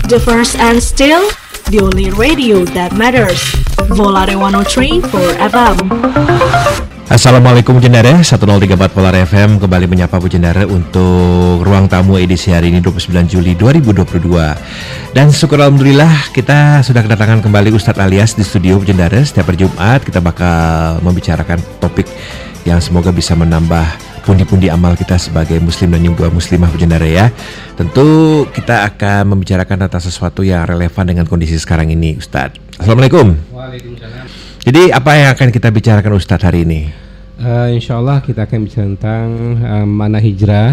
The first and still the only radio that matters. Volare 103 for FM. Assalamualaikum Jendara, 1034 Polar FM kembali menyapa Bu Jendara untuk ruang tamu edisi hari ini 29 Juli 2022. Dan syukur alhamdulillah kita sudah kedatangan kembali Ustadz Alyas di studio Bu Jendara. Setiap hari Jumat kita bakal membicarakan topik yang semoga bisa menambah pundi-pundi amal kita sebagai muslim dan juga muslimah Bu Jendara ya. Tentu kita akan membicarakan tentang sesuatu yang relevan dengan kondisi sekarang ini Ustadz. Assalamualaikum. Waalaikumsalam. Jadi apa yang akan kita bicarakan Ustadz hari ini? Insya Allah kita akan bicara tentang mana hijrah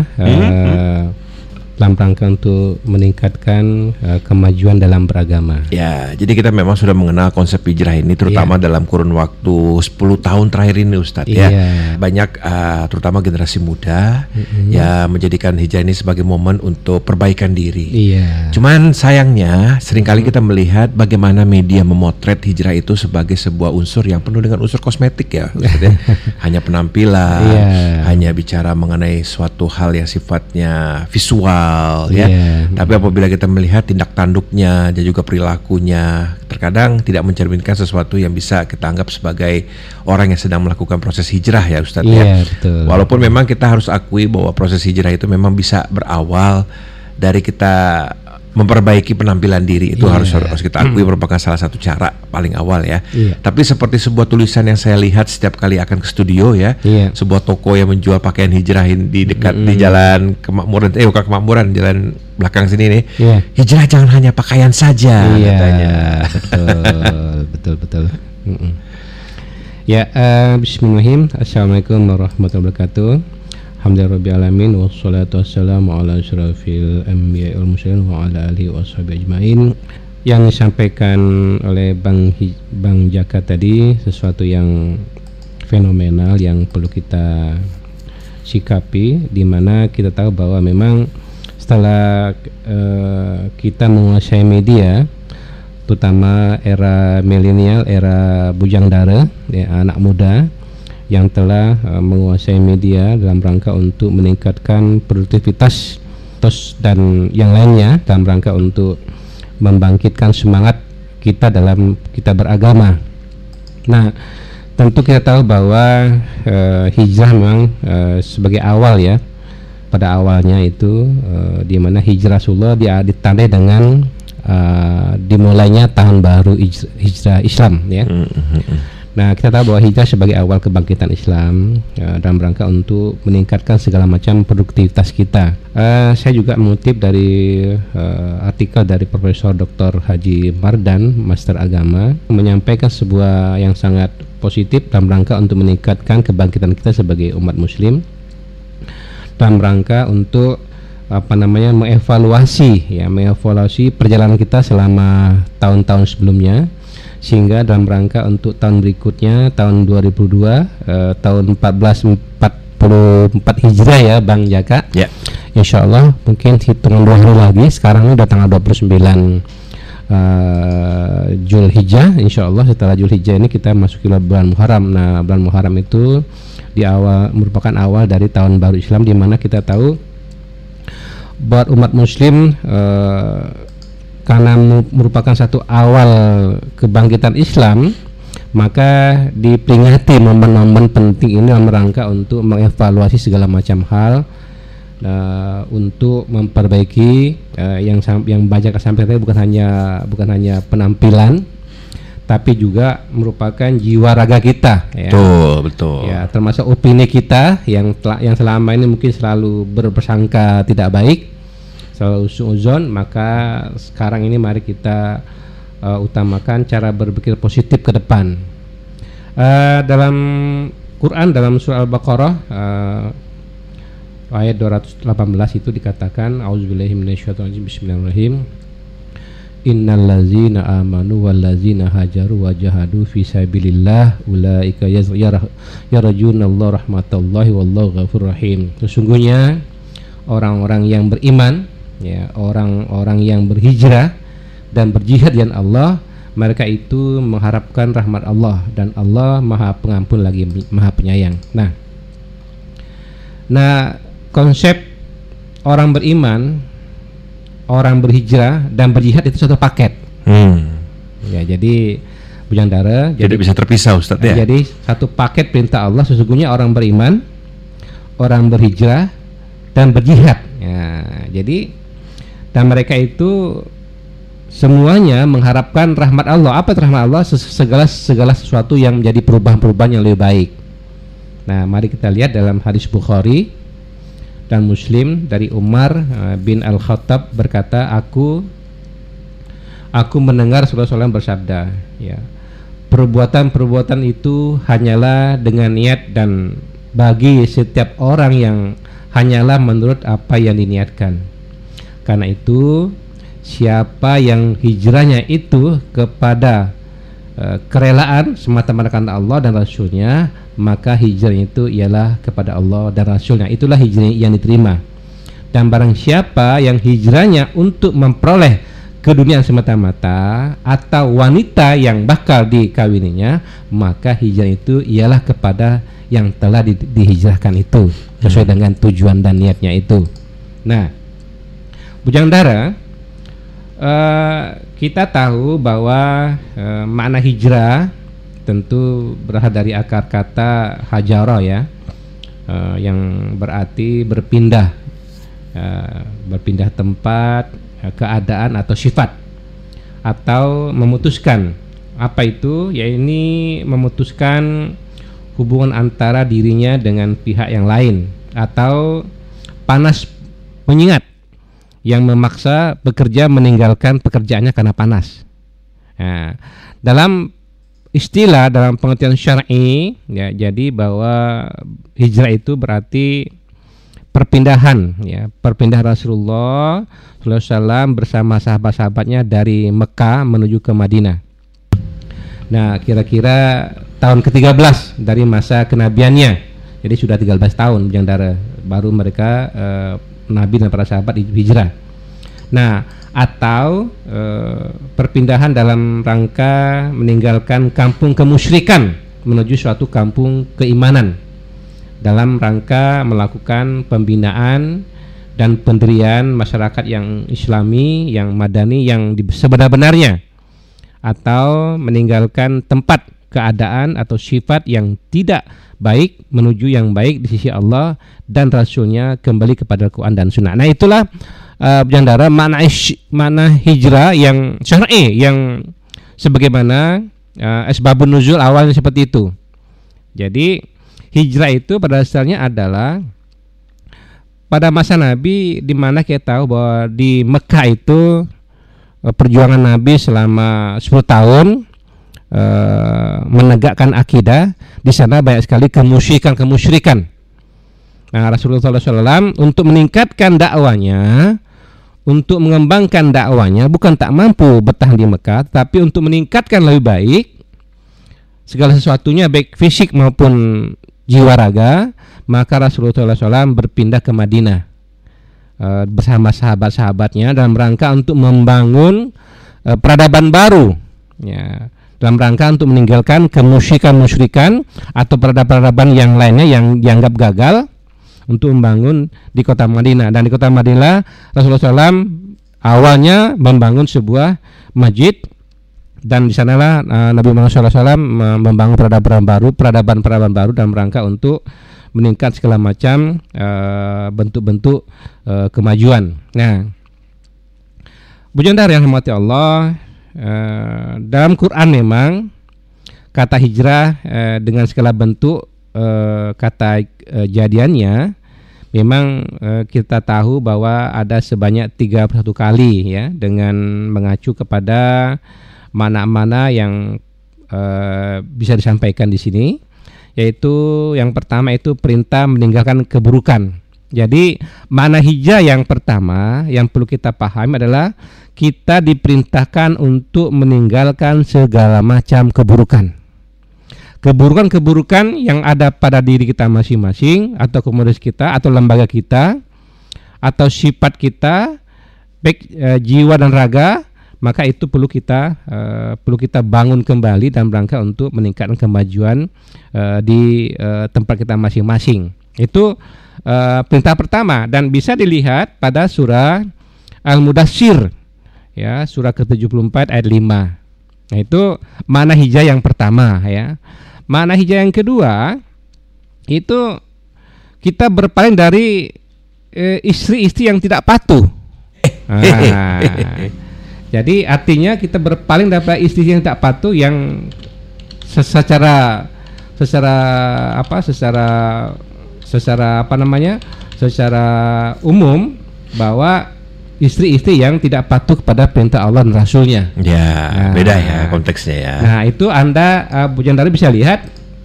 dalam rangka untuk meningkatkan kemajuan dalam beragama. Ya, jadi kita memang sudah mengenal konsep hijrah ini terutama dalam kurun waktu 10 tahun terakhir ini Ustadz ya. Banyak terutama generasi muda ya menjadikan hijrah ini sebagai momen untuk perbaikan diri. Cuman sayangnya seringkali kita melihat bagaimana media memotret hijrah itu sebagai sebuah unsur yang penuh dengan unsur kosmetik ya Ustadz ya. Hanya penampilan, hanya bicara mengenai suatu hal yang sifatnya visual ya. Tapi apabila kita melihat tindak tanduknya dan juga perilakunya terkadang tidak mencerminkan sesuatu yang bisa kita anggap sebagai orang yang sedang melakukan proses hijrah ya Ustadz ya. Betul. Walaupun memang kita harus akui bahwa proses hijrah itu memang bisa berawal dari kita memperbaiki penampilan diri itu harus kita akui merupakan salah satu cara paling awal ya. Tapi seperti sebuah tulisan yang saya lihat setiap kali akan ke studio ya, sebuah toko yang menjual pakaian hijrah di dekat di Jalan Kemakmuran, bukan Kemakmuran, jalan belakang sini nih. Hijrah jangan hanya pakaian saja katanya. Betul. Ya, bismillahirrahmanirrahim. Assalamualaikum warahmatullahi wabarakatuh. Alhamdulillahirrabbilalamin wassalatu wassalamu ala asyrafil anbiya'i wal mursalin wa ala alihi washabihi ajmain. Yang disampaikan oleh Bang Jaka tadi sesuatu yang fenomenal yang perlu kita sikapi, di mana kita tahu bahwa memang setelah kita menguasai media terutama era milenial, era bujang dara ya, anak muda yang telah menguasai media dalam rangka untuk meningkatkan produktivitas dan yang lainnya dalam rangka untuk membangkitkan semangat kita dalam kita beragama. Nah, tentu kita tahu bahwa hijrah memang sebagai awal ya. Pada awalnya itu di mana hijrah Rasulullah ditandai dengan dimulainya tahun baru hijrah Islam ya. Nah, kita tahu bahwa hijrah sebagai awal kebangkitan Islam dalam rangka untuk meningkatkan segala macam produktivitas kita. Saya juga mengutip dari artikel dari Profesor Dr. Haji Mardan, Master Agama, menyampaikan sebuah yang sangat positif dalam rangka untuk meningkatkan kebangkitan kita sebagai umat Muslim dalam rangka untuk mengevaluasi perjalanan kita selama tahun-tahun sebelumnya, sehingga dalam rangka untuk tahun berikutnya tahun 2002 tahun 1444 Hijrah ya Bang Jaka ya. Insyaallah mungkin hitungan 2 hari lagi, sekarang ini udah tanggal 29 Zulhijjah. Insyaallah setelah Zulhijjah ini kita masuki bulan Muharram. Nah, bulan Muharram itu merupakan awal dari tahun baru Islam, di mana kita tahu buat umat Muslim karena merupakan satu awal kebangkitan Islam, maka diperingati momen-momen penting ini dalam rangka untuk mengevaluasi segala macam hal, untuk memperbaiki yang banyak sampai tadi bukan hanya penampilan, tapi juga merupakan jiwa raga kita ya. Betul. Ya, termasuk opini kita yang selama ini mungkin selalu berprasangka tidak baik, selalu suudzon, maka sekarang ini mari kita utamakan cara berpikir positif ke depan. Dalam Quran, dalam surah Al-Baqarah ayat 218 itu dikatakan, auzubillahi minasyaitonir rajim, bismillahirrahmanirrahim, innallazina amanu wallazina hajaru wajahadu fi sabilillah ulaika yarjunallaha rahmatallahi wallahu ghafurur rahim. Sesungguhnya orang-orang yang beriman ya, orang-orang yang berhijrah dan berjihad di jalan Allah, mereka itu mengharapkan rahmat Allah, dan Allah Maha Pengampun lagi Maha Penyayang. Nah, konsep orang beriman orang berhijrah dan berjihad itu satu paket. Ya, jadi Bujang Dara, jadi bisa terpisah Ustaz ya. Jadi satu paket perintah Allah, sesungguhnya orang beriman, orang berhijrah dan berjihad. Ya, jadi dan mereka itu semuanya mengharapkan rahmat Allah. Apa itu rahmat Allah? Segala sesuatu yang menjadi perubahan-perubahan yang lebih baik. Nah, mari kita lihat dalam hadis Bukhari dan Muslim dari Umar bin Al-Khattab berkata, aku mendengar Rasulullah SAW bersabda, ya, perbuatan-perbuatan itu hanyalah dengan niat dan bagi setiap orang yang hanyalah menurut apa yang diniatkan. Karena itu siapa yang hijrahnya itu kepada kerelaan semata-mata karena Allah dan Rasulnya, maka hijrahnya itu ialah kepada Allah dan Rasulnya. Itulah hijrah yang diterima. Dan barang siapa yang hijrahnya untuk memperoleh keduniaan semata-mata atau wanita yang bakal dikawininya, maka hijrah itu ialah kepada yang telah dihijrahkan itu sesuai dengan tujuan dan niatnya itu. Nah, Bujang Dara, kita tahu bahwa makna hijrah tentu berasal dari akar kata hajara, ya, yang berarti berpindah, berpindah tempat, keadaan atau sifat, atau memutuskan. Apa itu? Ya, ini memutuskan hubungan antara dirinya dengan pihak yang lain, atau panas menyengat yang memaksa bekerja meninggalkan pekerjaannya karena panas. Nah, dalam istilah, dalam pengertian syar'i, ya, jadi bahwa hijrah itu berarti perpindahan, ya, perpindahan Rasulullah SAW bersama sahabat-sahabatnya dari Mekah menuju ke Madinah. Nah, kira-kira tahun ke-13 dari masa kenabiannya. Jadi sudah 13 tahun Bujang Dara baru mereka Nabi dan para sahabat hijrah. Nah, atau perpindahan dalam rangka meninggalkan kampung kemusyrikan menuju suatu kampung keimanan, dalam rangka melakukan pembinaan dan pendirian masyarakat yang Islami, yang Madani, yang sebenar-benarnya, atau meninggalkan tempat, keadaan atau sifat yang tidak baik menuju yang baik di sisi Allah dan Rasulnya, kembali kepada Al-Quran dan Sunnah. Nah, itulah Bujang Dara makna hijrah yang syar'i, yang sebagaimana asbabun nuzul awalnya seperti itu. Jadi hijrah itu pada dasarnya adalah pada masa Nabi, di mana kita tahu bahwa di Mekah itu perjuangan Nabi selama 10 tahun menegakkan akidah. Di sana banyak sekali kemusyrikan. Nah, Rasulullah SAW untuk meningkatkan dakwanya, untuk mengembangkan dakwanya, bukan tak mampu bertahan di Mekah, tapi untuk meningkatkan lebih baik segala sesuatunya, baik fisik maupun jiwa raga, maka Rasulullah SAW berpindah ke Madinah bersama sahabat-sahabatnya dalam rangka untuk membangun peradaban baru, ya, dalam rangka untuk meninggalkan kemusyrikan atau peradaban yang lainnya yang dianggap gagal, untuk membangun di kota Madinah. Dan di kota Madinah Rasulullah SAW awalnya membangun sebuah masjid, dan di sanalah Nabi Muhammad SAW membangun peradaban baru dalam rangka untuk meningkat segala macam bentuk-bentuk kemajuan. Nah, Bujang Dara yang dirahmati Allah, dalam Quran memang kata hijrah dengan segala bentuk kata jadiannya memang kita tahu bahwa ada sebanyak 31 kali, ya, dengan mengacu kepada mana-mana yang bisa disampaikan di sini, yaitu yang pertama itu perintah meninggalkan keburukan. Jadi makna hijrah yang pertama yang perlu kita pahami adalah kita diperintahkan untuk meninggalkan segala macam keburukan. Keburukan-keburukan yang ada pada diri kita masing-masing, atau komunitas kita, atau lembaga kita, atau sifat kita, baik jiwa dan raga, maka itu perlu kita bangun kembali dalam rangka untuk meningkatkan kemajuan di tempat kita masing-masing. Itu perintah pertama, dan bisa dilihat pada surah Al-Mudaththir ya, surah ke-74 ayat 5. Nah, itu makna hijrah yang pertama ya. Makna hijrah yang kedua itu kita berpaling dari istri-istri yang tidak patuh. Nah, jadi artinya kita berpaling dari istri yang tidak patuh, yang secara umum bahwa istri-istri yang tidak patuh kepada perintah Allah dan Rasulnya. Ya, beda ya konteksnya ya. Nah, itu Anda Bu Jandara bisa lihat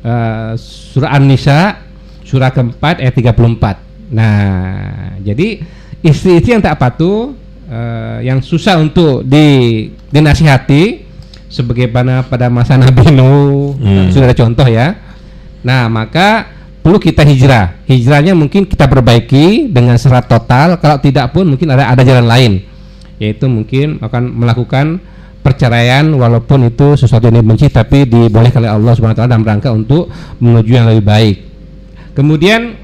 surah An-Nisa surah ke-4 ayat 34. Nah, jadi istri-istri yang tak patuh, yang susah untuk dinasihati, sebagaimana pada masa Nabi Nuh, sudah ada contoh ya. Nah, maka perlu kita hijrah. Hijrahnya mungkin kita perbaiki dengan secara total. Kalau tidak pun mungkin ada jalan lain, yaitu mungkin akan melakukan perceraian, walaupun itu sesuatu yang dibenci, tapi dibolehkan oleh Allah Subhanahu wa taala dalam rangka untuk menuju yang lebih baik. Kemudian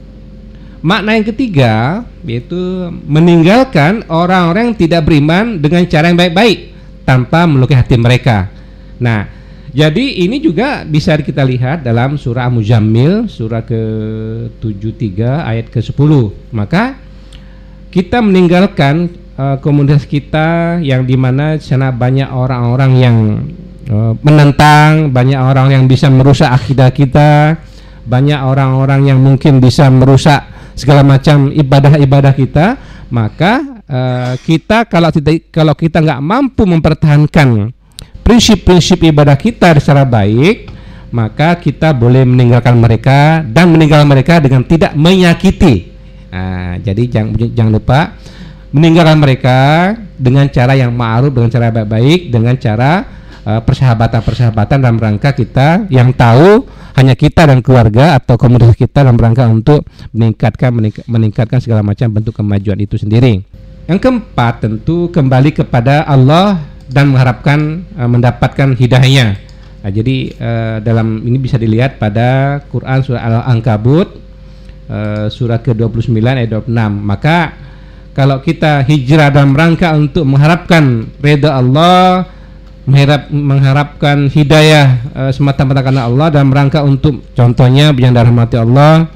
makna yang ketiga yaitu meninggalkan orang-orang yang tidak beriman dengan cara yang baik-baik tanpa melukai hati mereka. Nah, jadi ini juga bisa kita lihat dalam surah Al-Muzammil surah ke-73 ayat ke-10. Maka kita meninggalkan komunitas kita yang dimana di sana banyak orang-orang yang menentang, banyak orang yang bisa merusak akidah kita, banyak orang-orang yang mungkin bisa merusak segala macam ibadah-ibadah kita. Maka kita kalau kita nggak mampu mempertahankan prinsip-prinsip ibadah kita secara baik, maka kita boleh meninggalkan mereka dan meninggalkan mereka dengan tidak menyakiti. Nah, jadi jangan lupa meninggalkan mereka dengan cara yang ma'ruf, dengan cara baik-baik, dengan cara persahabatan dalam rangka kita yang tahu hanya kita dan keluarga atau komunitas kita dalam rangka untuk meningkatkan segala macam bentuk kemajuan itu sendiri. Yang keempat, tentu kembali kepada Allah dan mengharapkan mendapatkan hidayahnya. Nah, jadi dalam ini bisa dilihat pada Quran surah Al-Ankabut surah ke-29 ayat 26. Maka kalau kita hijrah dalam rangka untuk mengharapkan ridha Allah, mengharapkan hidayah semata-mata karena Allah, dalam rangka untuk contohnya yang dirahmati Allah,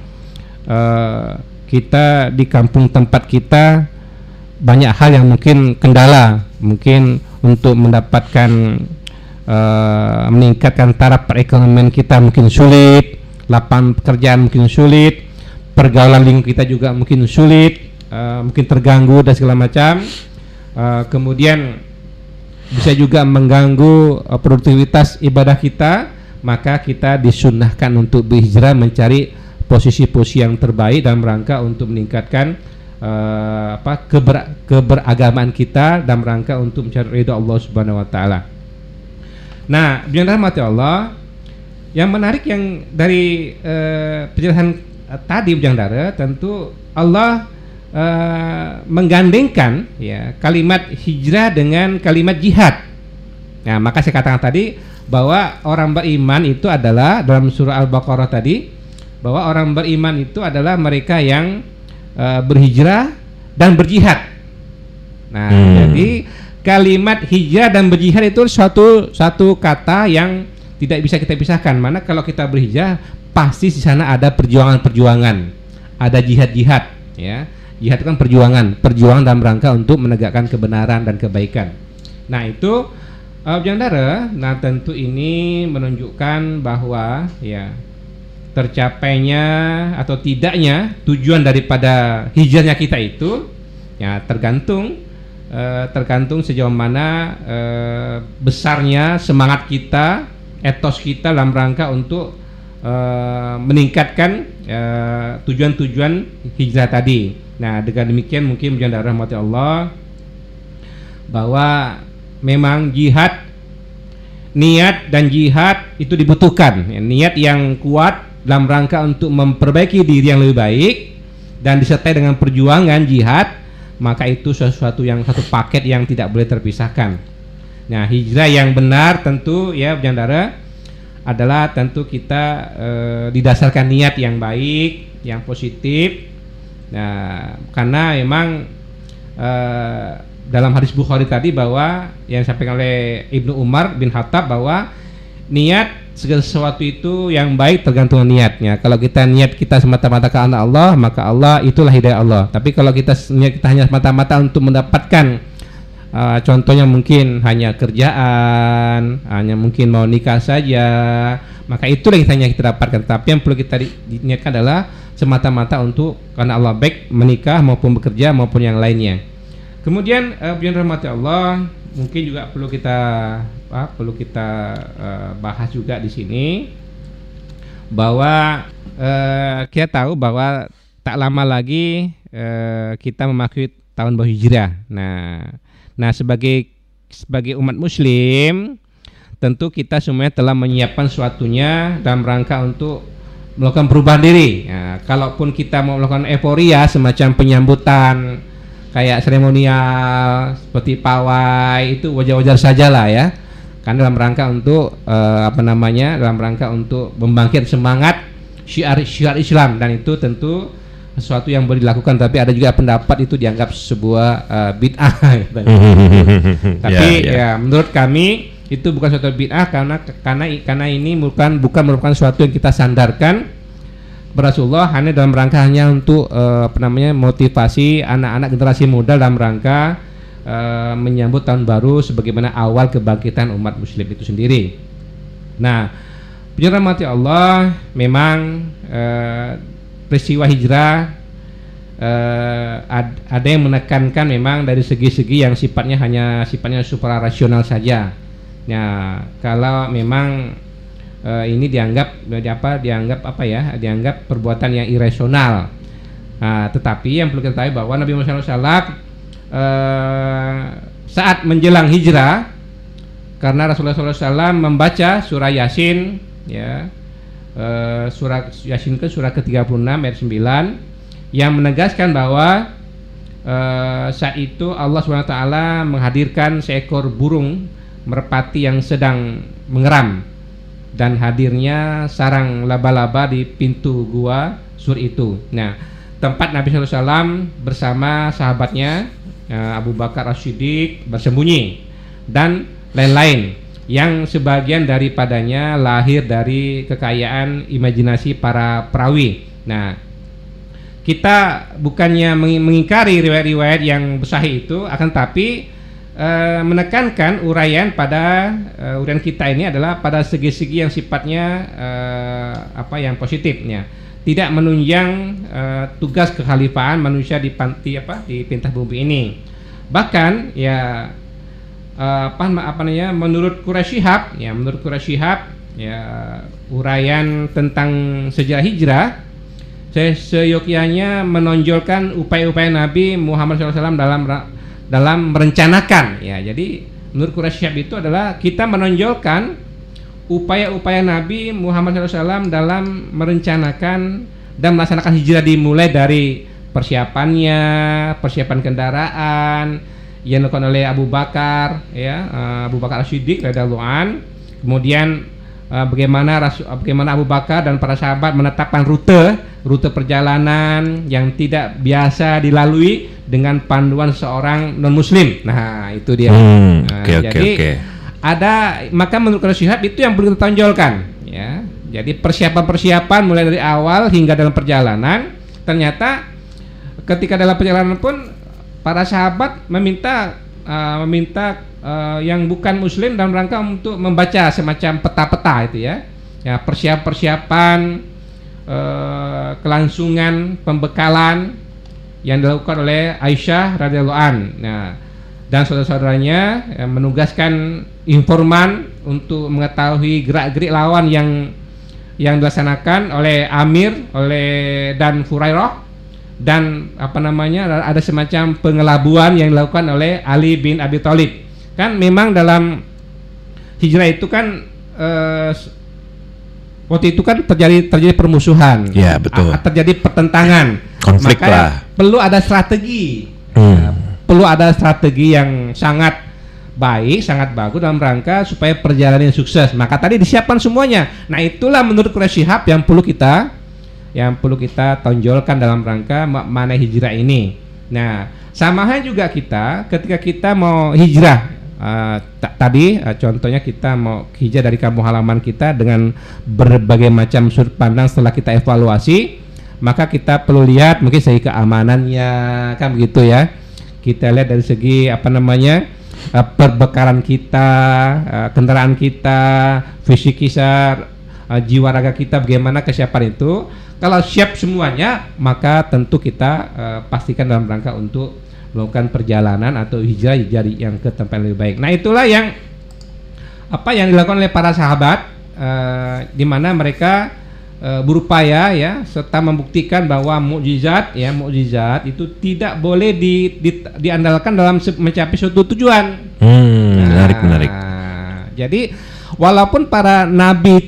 kita di kampung tempat kita banyak hal yang mungkin kendala, mungkin untuk mendapatkan meningkatkan taraf perekonomian kita mungkin sulit, lapangan pekerjaan mungkin sulit, pergaulan lingkungan kita juga mungkin sulit, mungkin terganggu dan segala macam. Kemudian bisa juga mengganggu produktivitas ibadah kita, maka kita disunnahkan untuk berhijrah mencari posisi-posisi yang terbaik dalam rangka untuk meningkatkan keberagamaan kita dalam rangka untuk mencari ridha Allah Subhanahu wa taala. Nah, yang dirahmati Allah, yang menarik yang dari penjelasan tadi Bujang Dara, tentu Allah menggandengkan ya kalimat hijrah dengan kalimat jihad. Nah, maka saya katakan tadi bahwa orang beriman itu adalah dalam surah Al-Baqarah tadi, bahwa orang beriman itu adalah mereka yang berhijrah dan berjihad. Nah, jadi kalimat hijrah dan berjihad itu satu kata yang tidak bisa kita pisahkan. Mana kalau kita berhijrah pasti di sana ada perjuangan-perjuangan, ada jihad-jihad, ya. Jihad itu kan perjuangan dalam rangka untuk menegakkan kebenaran dan kebaikan. Nah, itu Jandara, nah tentu ini menunjukkan bahwa ya tercapainya atau tidaknya tujuan daripada hijrahnya kita itu ya tergantung sejauh mana besarnya semangat kita, etos kita dalam rangka untuk meningkatkan tujuan-tujuan hijrah tadi. Nah, dengan demikian mungkin menjadi rahmat Allah bahwa memang jihad, niat dan jihad itu dibutuhkan ya, niat yang kuat dalam rangka untuk memperbaiki diri yang lebih baik dan disertai dengan perjuangan jihad, maka itu satu paket yang tidak boleh terpisahkan. Nah, hijrah yang benar tentu ya Jandara adalah tentu kita didasarkan niat yang baik, yang positif. Nah, karena memang dalam hadis Bukhari tadi bahwa yang disampaikan oleh Ibnu Umar bin Khattab bahwa niat segala sesuatu itu yang baik tergantung niatnya. Kalau kita niat kita semata-mata karena Allah, maka Allah itulah hidayah Allah. Tapi kalau niat kita hanya semata-mata untuk mendapatkan contohnya mungkin hanya kerjaan, hanya mungkin mau nikah saja, maka itulah yang kita dapatkan. Tapi yang perlu kita niatkan adalah semata-mata untuk karena Allah, baik menikah maupun bekerja maupun yang lainnya. Kemudian yang dirahmati Allah, mungkin juga perlu kita bahas juga di sini bahwa kita tahu bahwa tak lama lagi kita memasuki tahun baru Hijrah. Nah sebagai umat Muslim, tentu kita semuanya telah menyiapkan sesuatunya dalam rangka untuk melakukan perubahan diri. Nah, kalaupun kita mau melakukan euforia semacam penyambutan kayak seremonial seperti pawai, itu wajar-wajar sajalah ya. Karena dalam rangka untuk dalam rangka untuk membangkit semangat syiar Islam, dan itu tentu sesuatu yang boleh dilakukan, tapi ada juga pendapat itu dianggap sebuah bid'ah. Tapi ya menurut kami itu bukan suatu bid'ah karena ini bukan merupakan sesuatu yang kita sandarkan Rasulullah, hanya dalam rangka hanya untuk motivasi anak-anak generasi muda dalam rangka menyambut tahun baru sebagaimana awal kebangkitan umat Muslim itu sendiri. Nah, dirahmati Allah, memang peristiwa hijrah ada yang menekankan memang dari segi-segi yang sifatnya suprarasional saja. Nah, kalau memang ini dianggap perbuatan yang irasional. Nah, tetapi yang perlu kita tahu bahwa Nabi Muhammad SAW saat menjelang hijrah, karena Rasulullah SAW membaca surah Yasin, ya, surah Yasin surah ke-36 ayat 9, yang menegaskan bahwa saat itu Allah SWT menghadirkan seekor burung merpati yang sedang mengeram, dan hadirnya sarang laba-laba di pintu gua sur itu. Nah, tempat Nabi SAW bersama sahabatnya Abu Bakar As-Siddiq bersembunyi, dan lain-lain yang sebagian daripadanya lahir dari kekayaan imajinasi para perawi. Nah, kita bukannya mengingkari riwayat-riwayat yang sahih itu, akan tapi menekankan uraian kita ini adalah pada segi-segi yang sifatnya yang positifnya, tidak menunjang tugas kekhalifahan manusia di pentas bumi ini. Bahkan ya menurut Quraisy Shihab ya, uraian tentang sejarah hijrah seyogyanya menonjolkan upaya-upaya Nabi Muhammad SAW dalam merencanakan, ya. Jadi menurut Quraisy Shihab itu adalah kita menonjolkan upaya-upaya Nabi Muhammad SAW dalam merencanakan dan melaksanakan hijrah, dimulai dari persiapan kendaraan yang dilakukan oleh Abu Bakar, ya, Abu Bakar As-Siddiq radhiyallahu an. Kemudian bagaimana Abu Bakar dan para sahabat menetapkan rute perjalanan yang tidak biasa dilalui dengan panduan seorang non muslim. Nah, itu dia. Jadi maka menurut Quraisy Shihab itu yang perlu kita tonjolkan, ya. Jadi persiapan mulai dari awal hingga dalam perjalanan. Ternyata ketika dalam perjalanan pun para sahabat meminta yang bukan muslim dalam rangka untuk membaca semacam peta-peta itu, ya. Ya, persiapan kelangsungan pembekalan yang dilakukan oleh Aisyah radhiyallahu an. Nah, dan saudara-saudaranya menugaskan informan untuk mengetahui gerak-gerik lawan yang dilaksanakan oleh Amir, dan Furairah, dan ada semacam pengelabuan yang dilakukan oleh Ali bin Abi Thalib. Kan memang dalam hijrah itu kan waktu itu kan terjadi permusuhan, ya, betul. Terjadi pertentangan, konflik lah. Perlu ada strategi, perlu ada strategi yang sangat baik, sangat bagus dalam rangka supaya perjalanan sukses. Maka tadi disiapkan semuanya. Nah, itulah menurut Quraisy Shihab yang perlu kita tonjolkan dalam rangka makna hijrah ini. Nah, sama halnya juga kita ketika kita mau hijrah. Tadi contohnya kita mau hijrah dari kampung halaman kita dengan berbagai macam sudut pandang. Setelah kita evaluasi, maka kita perlu lihat mungkin segi keamanannya, kan begitu ya. Kita lihat dari segi perbekalan kita, kendaraan kita, fisik kita, jiwa raga kita, bagaimana kesiapan itu. Kalau siap semuanya, maka tentu kita pastikan dalam rangka untuk melakukan perjalanan atau hijrah yang ke tempat yang lebih baik. Nah, itulah yang dilakukan oleh para sahabat, di mana mereka berupaya ya serta membuktikan bahwa mukjizat itu tidak boleh diandalkan dalam mencapai suatu tujuan. Menarik. Jadi walaupun para nabi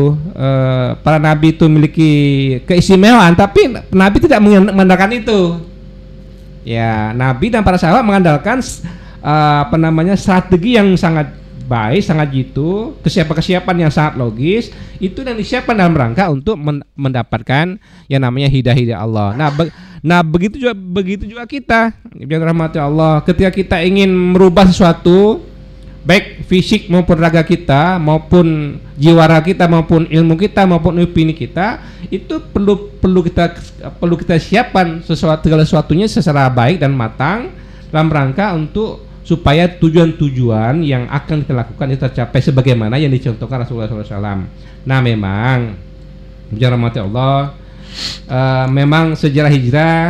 itu memiliki keistimewaan, tapi nabi tidak mengandalkan itu. Ya, nabi dan para sahabat mengandalkan strategi yang sangat baik, sangat jitu, kesiapan yang sangat logis, itu yang disiapkan dalam rangka untuk mendapatkan yang namanya hidayah Allah. Nah, begitu juga kita, yang dirahmati Allah, ketika kita ingin merubah sesuatu, baik fisik maupun raga kita, maupun jiwa raga kita, maupun ilmu kita, maupun opini kita, itu perlu kita siapkan segala sesuatunya secara baik dan matang dalam rangka untuk supaya tujuan-tujuan yang akan kita lakukan itu tercapai sebagaimana yang dicontohkan Rasulullah SAW. Nah, memang bicara mati Allah, memang sejarah hijrah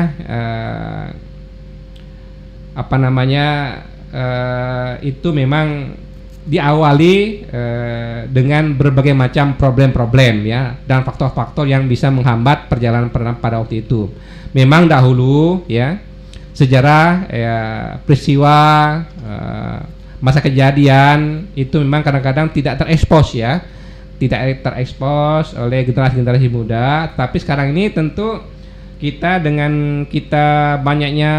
itu memang diawali dengan berbagai macam problem-problem ya dan faktor-faktor yang bisa menghambat perjalanan pada waktu itu. Memang dahulu ya sejarah peristiwa masa kejadian itu memang kadang-kadang tidak terekspos oleh generasi muda, tapi sekarang ini tentu dengan banyaknya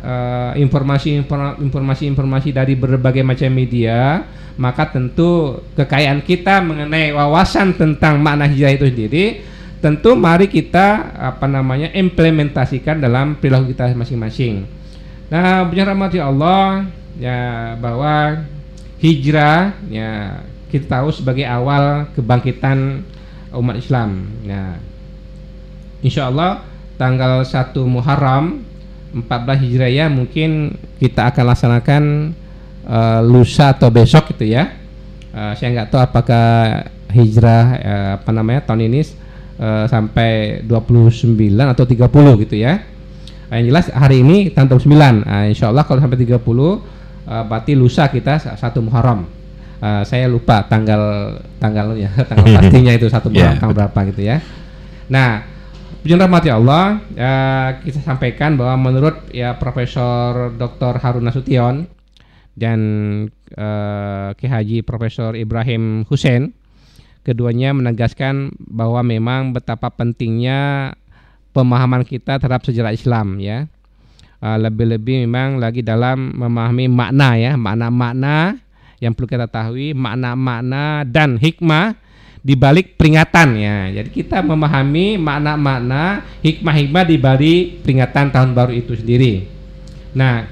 informasi dari berbagai macam media, maka tentu kekayaan kita mengenai wawasan tentang makna hijrah itu sendiri, tentu mari kita implementasikan dalam perilaku kita masing-masing. Nah, bicara rahmati Allah ya, bahwa hijrah ya kita tahu sebagai awal kebangkitan umat Islam. Nah, insya Allah tanggal 1 Muharram 14 Hijriah mungkin kita akan laksanakan lusa atau besok gitu ya. Saya nggak tahu apakah hijrah tahun ini sampai 29 atau 30 gitu ya. Yang jelas hari ini tanggal 9. Insya Allah kalau sampai 30 berarti lusa kita 1 Muharram. Saya lupa tanggalnya pastinya itu 1 Muharram tanggal berapa gitu ya. Nah, pujian rahmati Allah, kita sampaikan bahwa menurut Profesor Dr. Harun Nasution dan Ki Haji Profesor Ibrahim Hussein, keduanya menegaskan bahwa memang betapa pentingnya pemahaman kita terhadap sejarah Islam ya. Lebih-lebih memang lagi dalam memahami makna yang perlu kita tahui, makna-makna dan hikmah di balik peringatan ya. Jadi kita memahami makna-makna, hikmah-hikmah di balik peringatan tahun baru itu sendiri. Nah,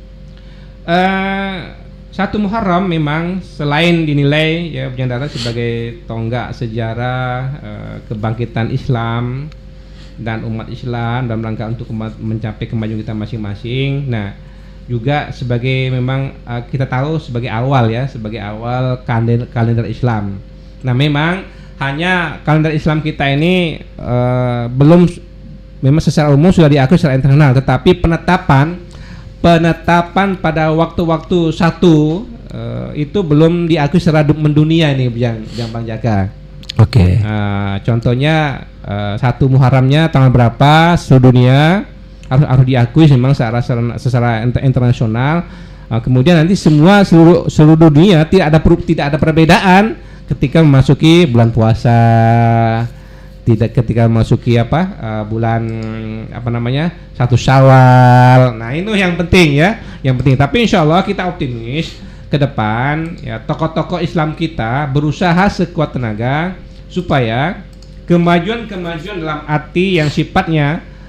1 Muharram memang selain dinilai ya sebagai tonggak sejarah kebangkitan Islam dan umat Islam dalam rangka untuk mencapai kemajuan kita masing-masing. Nah, juga sebagai memang kita tahu sebagai awal kalender Islam. Nah, memang hanya kalender Islam kita ini belum memang secara umum sudah diakui secara internasional, tetapi penetapan pada waktu-waktu satu itu belum diakui secara mendunia ini Bang Jaka. Oke. Contohnya 1 Muharramnya tanggal berapa seluruh dunia harus diakui memang secara internasional. Kemudian nanti seluruh dunia tidak ada perbedaan ketika memasuki bulan puasa, ketika memasuki bulan 1 Syawal. Nah, itu yang penting ya, Tapi insya Allah kita optimis ke depan ya, tokoh-tokoh Islam kita berusaha sekuat tenaga supaya kemajuan dalam arti yang sifatnya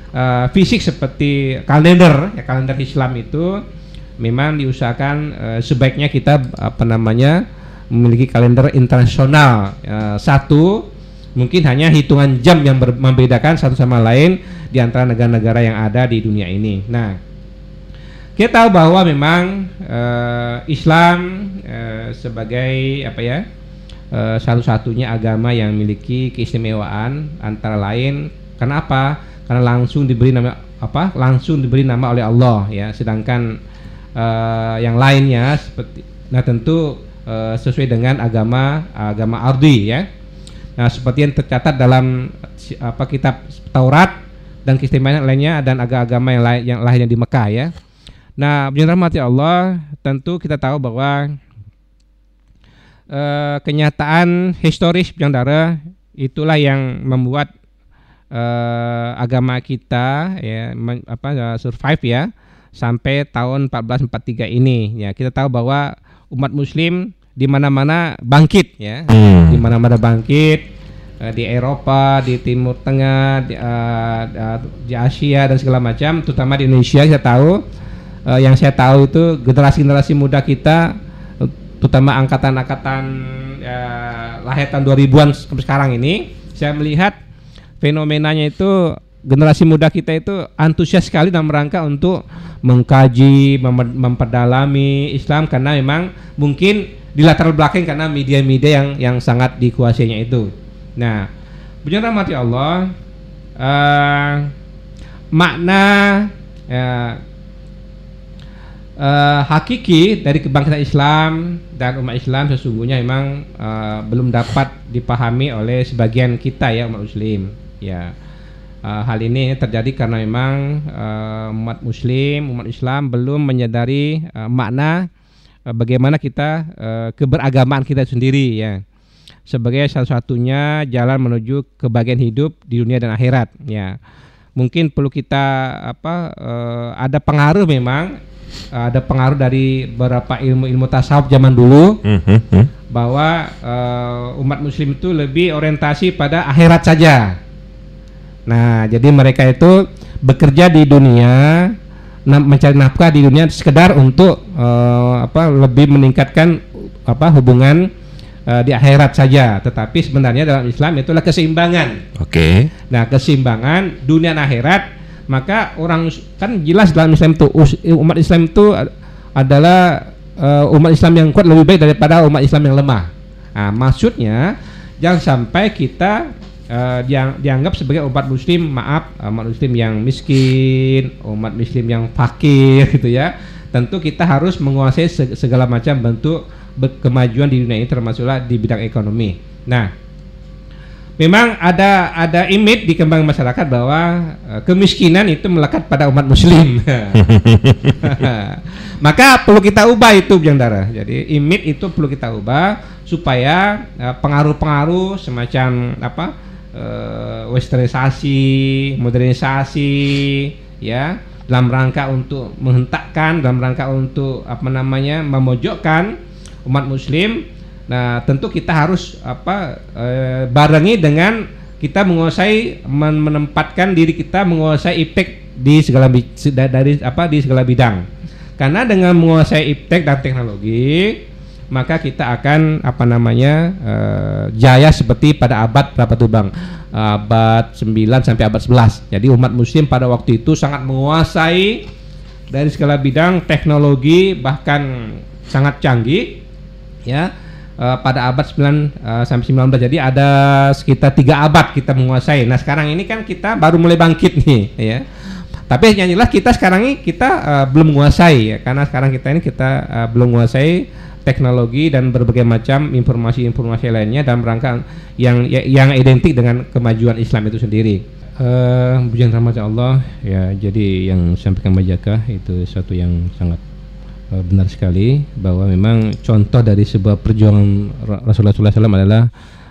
fisik seperti kalender Islam itu memang diusahakan sebaiknya kita memiliki kalender internasional. Satu mungkin hanya hitungan jam yang membedakan satu sama lain di antara negara-negara yang ada di dunia ini. Nah, kita tahu bahwa memang Islam sebagai satu-satunya agama yang memiliki keistimewaan antara lain. Karena apa? Karena langsung diberi nama oleh Allah ya. Sedangkan yang lainnya tentu sesuai dengan agama ardi ya. Nah, seperti yang tercatat dalam kitab Taurat dan keistimewaan lainnya dan agama yang lainnya di Mekah ya. Nah, rahmati Allah, tentu kita tahu bahwa kenyataan historis Bidang itulah yang membuat agama kita ya survive ya sampai tahun 1443 ini ya. Kita tahu bahwa umat muslim di mana-mana bangkit ya, di mana-mana bangkit di Eropa, di Timur Tengah, di Asia dan segala macam, terutama di Indonesia. Yang saya tahu itu generasi muda kita, terutama angkatan lahir tahun 2000-an sampai sekarang ini, saya melihat fenomenanya itu generasi muda kita itu antusias sekali dalam rangka untuk mengkaji, memperdalami Islam, karena memang mungkin di latar belakang karena media-media yang sangat dikuasainya itu. Nah, benar rahmati Allah, makna hakiki dari kebangkitan Islam dan umat Islam sesungguhnya memang belum dapat dipahami oleh sebagian kita ya, umat muslim ya. Hal ini terjadi karena memang umat Islam belum menyadari makna bagaimana kita keberagamaan kita sendiri ya, sebagai salah satunya jalan menuju kebahagiaan hidup di dunia dan akhirat ya. Mungkin perlu kita ada pengaruh, memang ada pengaruh dari beberapa ilmu tasawuf zaman dulu, bahwa umat muslim itu lebih orientasi pada akhirat saja. Nah, jadi mereka itu bekerja di dunia, mencari nafkah di dunia sekedar untuk lebih meningkatkan hubungan di akhirat saja. Tetapi sebenarnya dalam Islam itulah keseimbangan. Oke. Nah, keseimbangan dunia dan akhirat. Maka orang kan jelas dalam Islam itu umat Islam itu adalah umat Islam yang kuat lebih baik daripada umat Islam yang lemah. Nah, maksudnya jangan sampai kita dianggap sebagai umat muslim yang miskin, umat muslim yang fakir gitu ya. Tentu kita harus menguasai segala macam bentuk kemajuan di dunia ini, termasuklah di bidang ekonomi. Nah, memang ada image di kembang masyarakat bahwa kemiskinan itu melekat pada umat muslim. Maka perlu kita ubah itu, Bidang. Jadi image itu perlu kita ubah supaya pengaruh-pengaruh semacam westernisasi, modernisasi ya, dalam rangka untuk menghentakkan, dalam rangka untuk memojokkan umat muslim. Nah, tentu kita harus barengi dengan kita menguasai, menempatkan diri kita menguasai iptek di segala bidang. Karena dengan menguasai iptek dan teknologi, maka kita akan jaya seperti pada abad berapa tuh Bang? Abad 9 sampai abad 11. Jadi umat muslim pada waktu itu sangat menguasai dari segala bidang teknologi, bahkan sangat canggih ya. Pada abad 9 sampai 19, jadi ada sekitar 3 abad kita menguasai. Nah, sekarang ini kan kita baru mulai bangkit nih ya. Tapi yang jelas kita sekarang ini belum menguasai ya, karena sekarang kita belum menguasai teknologi dan berbagai macam informasi-informasi lainnya dalam rangka yang identik dengan kemajuan Islam itu sendiri. Pujian rahmat Allah ya. Jadi yang sampaikan Mbak Jaka itu suatu yang sangat benar sekali, bahwa memang contoh dari sebuah perjuangan Rasulullah SAW adalah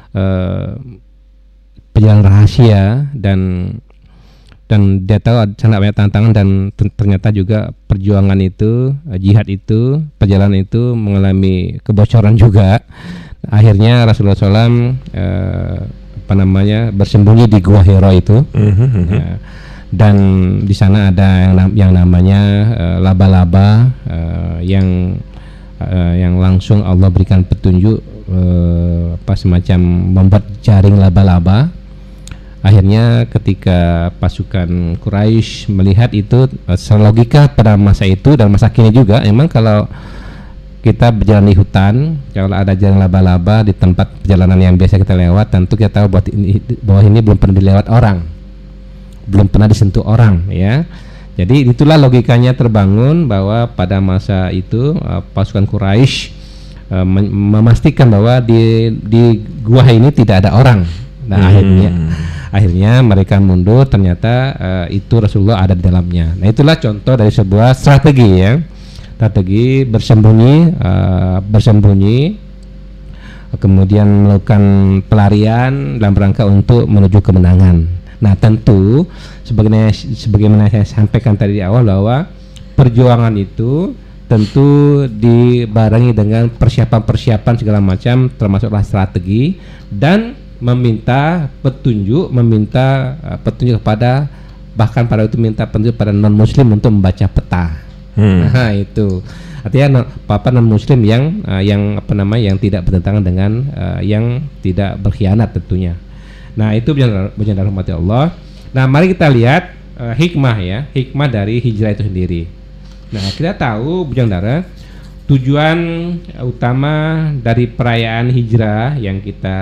perjalanan rahasia, dan dia tahu sangat banyak tantangan, dan ternyata juga perjuangan itu, jihad itu, perjalanan itu mengalami kebocoran juga. Akhirnya Rasulullah SAW bersembunyi di Gua Hira itu. Ya. dan di sana ada yang namanya laba-laba yang langsung Allah berikan petunjuk semacam membuat jaring laba-laba. Akhirnya ketika pasukan Quraisy melihat itu, secara logika pada masa itu dan masa kini juga, emang kalau kita berjalan di hutan, kalau ada jaring laba-laba di tempat perjalanan yang biasa kita lewat, tentu kita tahu bahwa ini belum pernah dilewat orang, belum pernah disentuh orang, ya. Jadi itulah logikanya terbangun bahwa pada masa itu pasukan Quraisy memastikan bahwa di gua ini tidak ada orang. Nah, akhirnya mereka mundur, ternyata itu Rasulullah ada di dalamnya. Nah, itulah contoh dari sebuah strategi, ya. Strategi bersembunyi, kemudian melakukan pelarian dalam rangka untuk menuju kemenangan. Nah, tentu sebagaimana saya sampaikan tadi di awal, bahwa perjuangan itu tentu dibarengi dengan persiapan-persiapan segala macam, termasuklah strategi, dan meminta petunjuk kepada, bahkan pada itu minta petunjuk pada non muslim untuk membaca peta. Nah, itu artinya non muslim yang tidak bertentangan dengan yang tidak berkhianat tentunya. Nah, itu benar rahmati Allah. Nah, mari kita lihat hikmah dari hijrah itu sendiri. Nah, kita tahu Bujang Dara, tujuan utama dari perayaan hijrah yang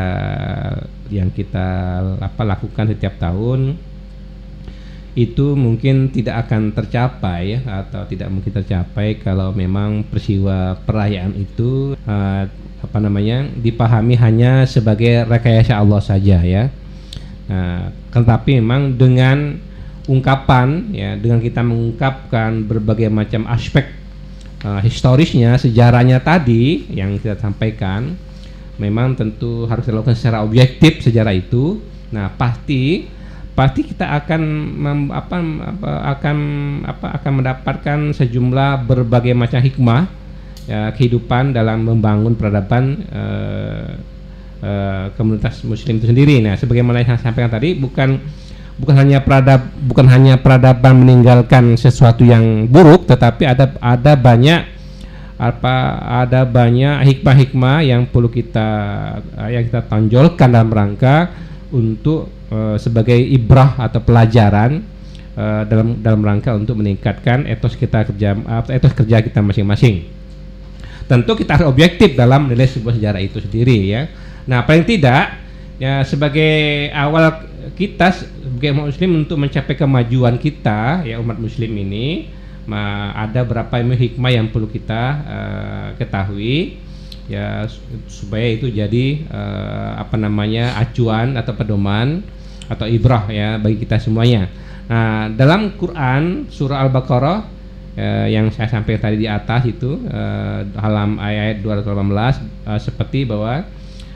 kita lakukan setiap tahun itu mungkin tidak akan tercapai, atau tidak mungkin tercapai kalau memang peristiwa perayaan itu dipahami hanya sebagai rekayasa Allah saja, ya. Tetapi memang dengan ungkapan, ya, dengan kita mengungkapkan berbagai macam aspek historisnya, sejarahnya tadi yang kita sampaikan, memang tentu harus dilakukan secara objektif sejarah itu. Nah, pasti kita akan mendapatkan sejumlah berbagai macam hikmah, ya, kehidupan dalam membangun peradaban komunitas muslim itu sendiri. Nah, sebagaimana yang saya sampaikan tadi, bukan hanya peradaban meninggalkan sesuatu yang buruk, tetapi ada banyak hikmah-hikmah yang perlu kita tonjolkan dalam rangka untuk sebagai ibrah atau pelajaran dalam rangka untuk meningkatkan etos kerja kita masing-masing. Tentu kita harus objektif dalam menilai sebuah sejarah itu sendiri, ya. Nah, paling tidak, ya, sebagai awal kita sebagai umat muslim untuk mencapai kemajuan kita, ya, umat muslim ini, ada beberapa hikmah yang perlu kita ketahui, ya, supaya itu jadi acuan atau pedoman atau ibrah, ya, bagi kita semuanya. Nah, dalam Quran surah Al-Baqarah yang saya sampaikan tadi di atas itu, ayat 218, seperti bahwa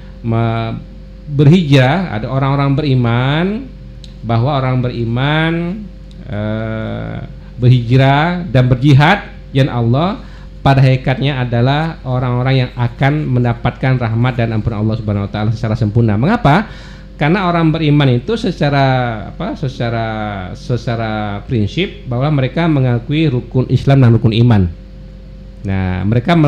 berhijrah, ada orang-orang beriman, bahwa orang beriman berhijrah dan berjihad yang Allah pada hakikatnya adalah orang-orang yang akan mendapatkan rahmat dan ampunan Allah Subhanahu wa taala secara sempurna. Mengapa? Karena orang beriman itu secara prinsip bahwa mereka mengakui rukun Islam dan rukun iman. Nah, mereka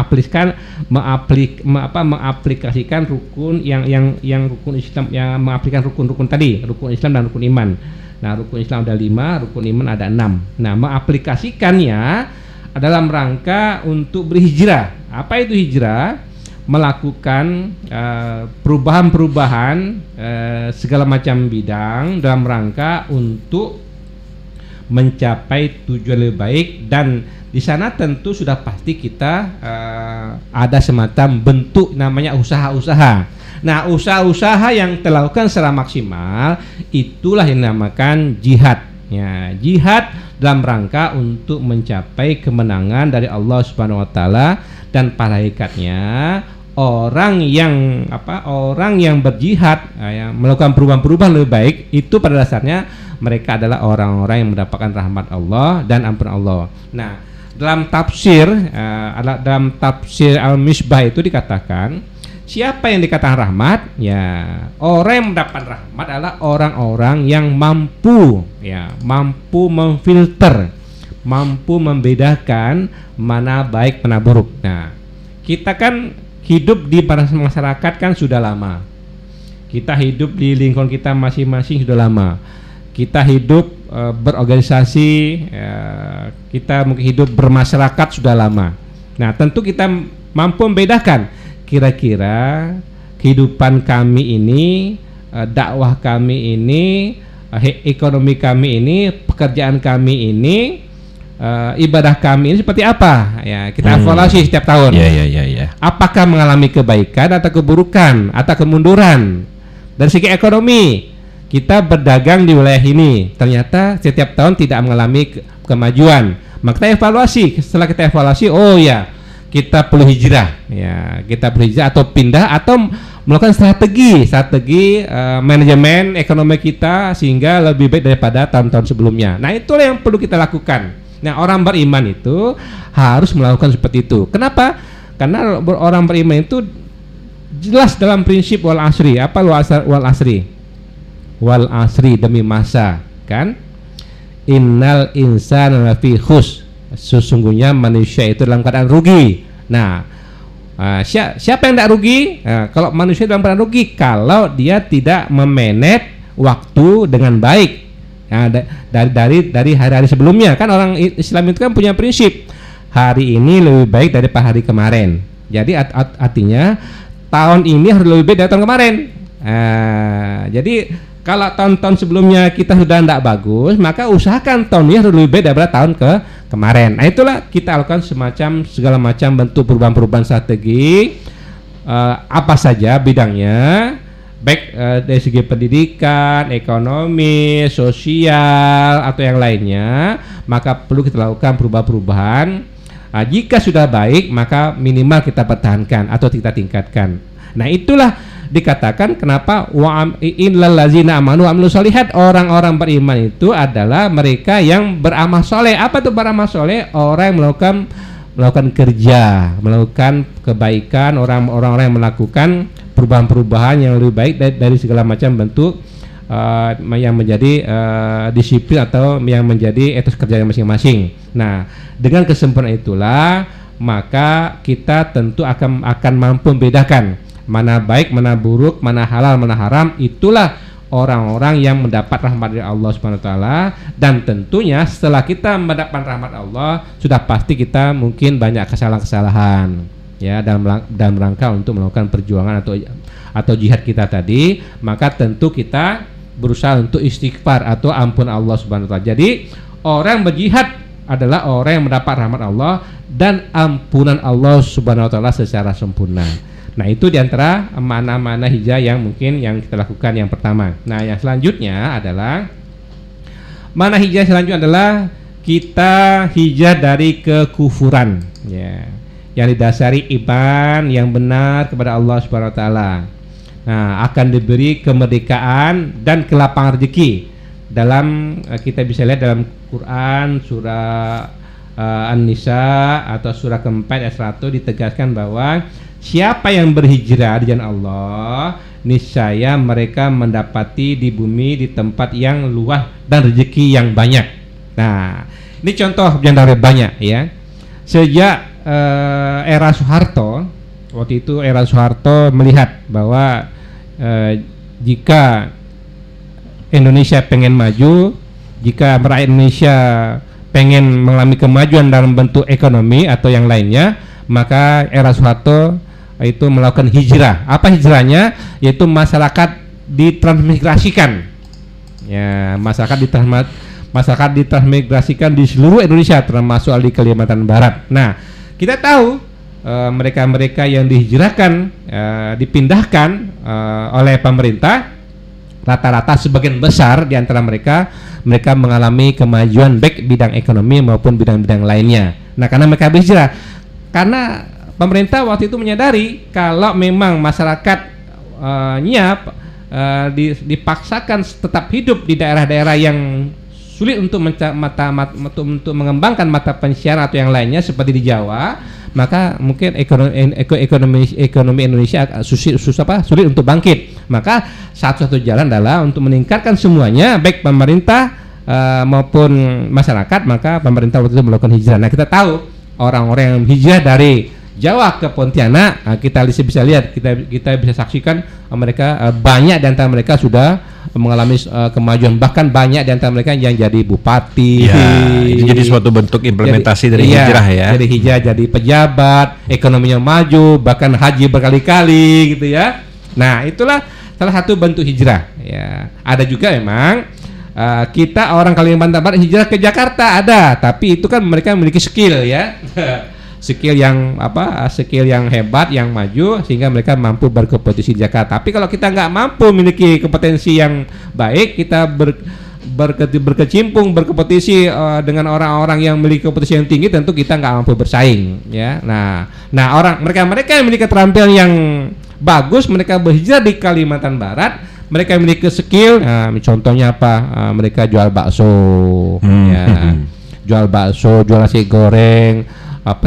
mengaplikasikan rukun yang rukun Islam, yang mengaplikasikan rukun-rukun tadi, rukun Islam dan rukun iman. Nah, rukun Islam ada 5, rukun iman ada 6. Nah, mengaplikasikannya dalam rangka untuk berhijrah. Apa itu hijrah? Melakukan perubahan-perubahan segala macam bidang dalam rangka untuk mencapai tujuan lebih baik, dan di sana tentu sudah pasti kita ada semacam bentuk namanya usaha-usaha. Nah, usaha-usaha yang dilakukan secara maksimal itulah yang dinamakan jihad. Ya, jihad dalam rangka untuk mencapai kemenangan dari Allah Subhanahu wa taala, dan pada hakikatnya orang yang berjihad, yang melakukan perubahan-perubahan lebih baik, itu pada dasarnya mereka adalah orang-orang yang mendapatkan rahmat Allah dan ampunan Allah. Nah, dalam tafsir Al-Misbah itu dikatakan, siapa yang dikatakan rahmat? Ya, orang yang mendapat rahmat adalah orang-orang yang mampu memfilter, mampu membedakan mana baik mana buruk. Nah, kita kan hidup di masyarakat kan sudah lama. Kita hidup di lingkungan kita masing-masing sudah lama. Kita hidup berorganisasi, kita mungkin hidup bermasyarakat sudah lama. Nah, tentu kita mampu membedakan kira-kira kehidupan kami ini, dakwah kami ini, ekonomi kami ini, pekerjaan kami ini, ibadah kami ini seperti apa. Ya, kita evaluasi setiap tahun. Apakah mengalami kebaikan atau keburukan atau kemunduran? Dari segi ekonomi, kita berdagang di wilayah ini, ternyata setiap tahun tidak mengalami kemajuan. Maka kita evaluasi. Setelah kita evaluasi, oh ya, kita perlu hijrah. Ya, kita perlu hijrah atau pindah atau melakukan strategi manajemen ekonomi kita sehingga lebih baik daripada tahun-tahun sebelumnya. Nah, itulah yang perlu kita lakukan. Nah, orang beriman itu harus melakukan seperti itu. Kenapa? Karena orang beriman itu jelas dalam prinsip wal asri. Apa wal asri? Wal asri, demi masa, kan? Innal insana lafi khusr. Sesungguhnya manusia itu dalam keadaan rugi. Nah, siapa yang tidak rugi? Kalau manusia dalam keadaan rugi kalau dia tidak memanage waktu dengan baik. Nah, dari hari-hari sebelumnya, kan orang Islam itu kan punya prinsip hari ini lebih baik daripada hari kemarin. Jadi artinya tahun ini harus lebih baik dari tahun kemarin. Jadi kalau tahun-tahun sebelumnya kita sudah tidak bagus, maka usahakan tahun ini harus lebih baik daripada tahun kemarin. Nah, itulah kita lakukan segala macam bentuk perubahan-perubahan strategi, apa saja bidangnya, baik dari segi pendidikan, ekonomi, sosial atau yang lainnya, maka perlu kita lakukan perubahan-perubahan. Jika sudah baik, maka minimal kita pertahankan atau kita tingkatkan. Nah, itulah dikatakan kenapa innal ladzina amanu wa amilus sholihat, orang-orang beriman itu adalah mereka yang beramal soleh. Apa itu beramal soleh? Orang yang melakukan kerja, melakukan kebaikan, orang-orang yang melakukan perubahan-perubahan yang lebih baik dari segala macam bentuk yang menjadi disiplin atau yang menjadi etos kerja masing-masing. Nah, dengan kesempurnaan itulah maka kita tentu akan mampu membedakan mana baik, mana buruk, mana halal, mana haram. Itulah orang-orang yang mendapat rahmat dari Allah Subhanahu wa taala. Dan tentunya setelah kita mendapat rahmat Allah, sudah pasti kita mungkin banyak kesalahan-kesalahan ya dalam rangka untuk melakukan perjuangan atau jihad kita tadi. Maka tentu kita berusaha untuk istighfar atau ampun Allah Subhanahu wa taala. Jadi orang berjihad adalah orang yang mendapat rahmat Allah dan ampunan Allah Subhanahu wa taala secara sempurna. Nah, itu diantara mana-mana hijrah yang mungkin yang kita lakukan yang pertama. Nah, yang selanjutnya adalah mana hijrah selanjutnya adalah kita hijrah dari kekufuran, ya, yang didasari iman yang benar kepada Allah Subhanahu wa taala. Nah, akan diberi kemerdekaan dan kelapangan rezeki. Dalam kita bisa lihat dalam Quran surah An-Nisa atau surah keempat ayat 100 ditegaskan bahwa siapa yang berhijrah di jalan Allah, niscaya mereka mendapati di bumi di tempat yang luas dan rezeki yang banyak. Nah, ini contoh yang dari banyak ya. Sejak era Soeharto, waktu itu era Soeharto melihat bahwa jika Indonesia pengen maju, jika rakyat Indonesia pengen mengalami kemajuan dalam bentuk ekonomi atau yang lainnya, maka era Soeharto itu melakukan hijrah. Apa hijrahnya? Yaitu masyarakat ditransmigrasikan. Ya, masyarakat ditransmigrasikan di seluruh Indonesia termasuk di Kalimantan Barat. Nah, kita tahu mereka-mereka yang dihijrahkan, dipindahkan oleh pemerintah, rata-rata sebagian besar di antara mereka mengalami kemajuan baik bidang ekonomi maupun bidang-bidang lainnya. Nah, karena mereka berhijrah, karena pemerintah waktu itu menyadari kalau memang masyarakat dipaksakan tetap hidup di daerah-daerah yang sulit untuk untuk mengembangkan mata pensiaran atau yang lainnya seperti di Jawa, maka mungkin ekonomi Indonesia sulit untuk bangkit. Maka satu-satu jalan adalah untuk meningkatkan semuanya, baik pemerintah maupun masyarakat. Maka pemerintah waktu itu melakukan hijrah. Nah, kita tahu orang-orang yang hijrah dari Jawa ke Pontianak, kita bisa lihat, kita bisa saksikan mereka banyak di antara mereka sudah mengalami kemajuan, bahkan banyak di antara mereka yang jadi bupati. Itu jadi suatu bentuk implementasi dari hijrah ya. Jadi hijrah, jadi pejabat, ekonominya maju, bahkan haji berkali-kali gitu ya. Nah, itulah salah satu bentuk hijrah ya. Ada juga memang kita orang Kalimantan Barat hijrah ke Jakarta ada, tapi itu kan mereka memiliki skill ya. skill yang hebat, yang maju, sehingga mereka mampu berkompetisi di Jakarta. Tapi kalau kita nggak mampu memiliki kompetensi yang baik, kita berkecimpung berkompetisi dengan orang-orang yang memiliki kompetensi yang tinggi, tentu kita nggak mampu bersaing ya. Nah mereka yang memiliki keterampilan yang bagus, mereka berhijrah di Kalimantan Barat, mereka memiliki skill. Contohnya apa? Mereka jual bakso, jual bakso, jual nasi goreng,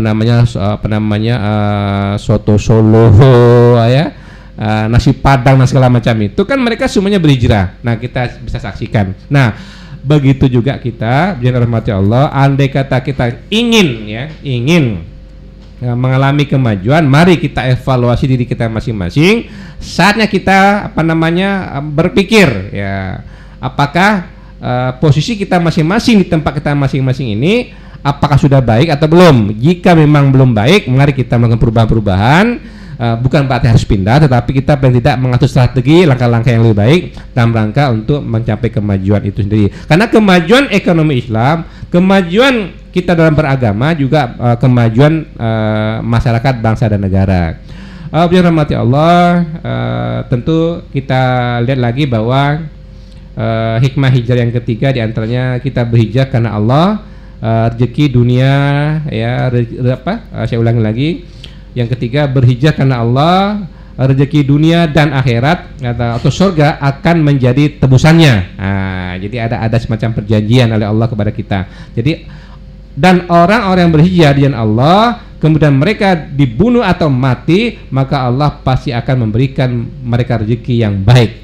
soto Solo ya, nasi Padang dan segala macam itu kan mereka semuanya berhijrah. Nah, kita bisa saksikan. Nah, begitu juga kita, jangan rahmati Allah, andai kata kita ingin mengalami kemajuan, mari kita evaluasi diri kita masing-masing. Saatnya kita berpikir ya, apakah posisi kita masing-masing di tempat kita masing-masing ini apakah sudah baik atau belum. Jika memang belum baik, mari kita melakukan perubahan-perubahan. Bukan berarti harus pindah, tetapi kita paling tidak mengatur strategi, langkah-langkah yang lebih baik dalam rangka untuk mencapai kemajuan itu sendiri. Karena kemajuan ekonomi Islam, kemajuan kita dalam beragama, juga kemajuan masyarakat, bangsa dan negara. Biar rahmati Allah, tentu kita lihat lagi bahwa hikmah hijrah yang ketiga diantaranya kita berhijrah karena Allah. Rezeki dunia ya, saya ulangi lagi, yang ketiga berhijrah karena Allah, rezeki dunia dan akhirat atau surga akan menjadi tebusannya. Jadi ada semacam perjanjian oleh Allah kepada kita. Jadi dan orang-orang yang berhijrah dengan Allah kemudian mereka dibunuh atau mati, maka Allah pasti akan memberikan mereka rezeki yang baik.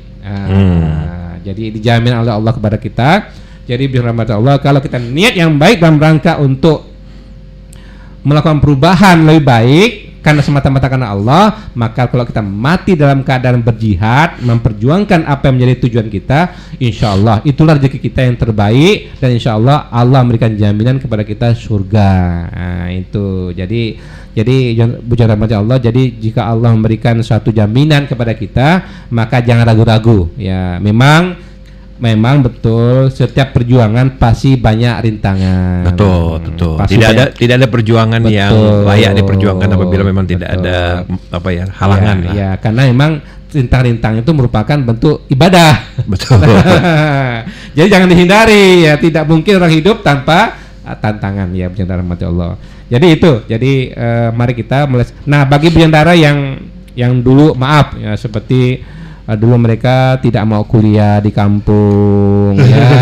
Jadi dijamin oleh Allah kepada kita. Jadi birahmat Allah, kalau kita niat yang baik dalam rangka untuk melakukan perubahan lebih baik karena semata-mata karena Allah, maka kalau kita mati dalam keadaan berjihad, memperjuangkan apa yang menjadi tujuan kita, insya Allah itulah rezeki kita yang terbaik, dan insya Allah Allah memberikan jaminan kepada kita surga. Nah, itu jadi bicara macam Allah. Jadi jika Allah memberikan suatu jaminan kepada kita, maka jangan ragu-ragu. Ya, memang betul setiap perjuangan pasti banyak rintangan. Betul. Tidak ada perjuangan yang layak diperjuangkan apabila memang tidak ada halangan. Ya, karena memang rintang-rintang itu merupakan bentuk ibadah. Betul. Jadi jangan dihindari ya, tidak mungkin orang hidup tanpa tantangan ya, berjandara rahmat Allah. Jadi itu. Jadi mari kita mulai. Nah, bagi berjandara yang dulu ya, seperti dulu mereka tidak mau kuliah di kampung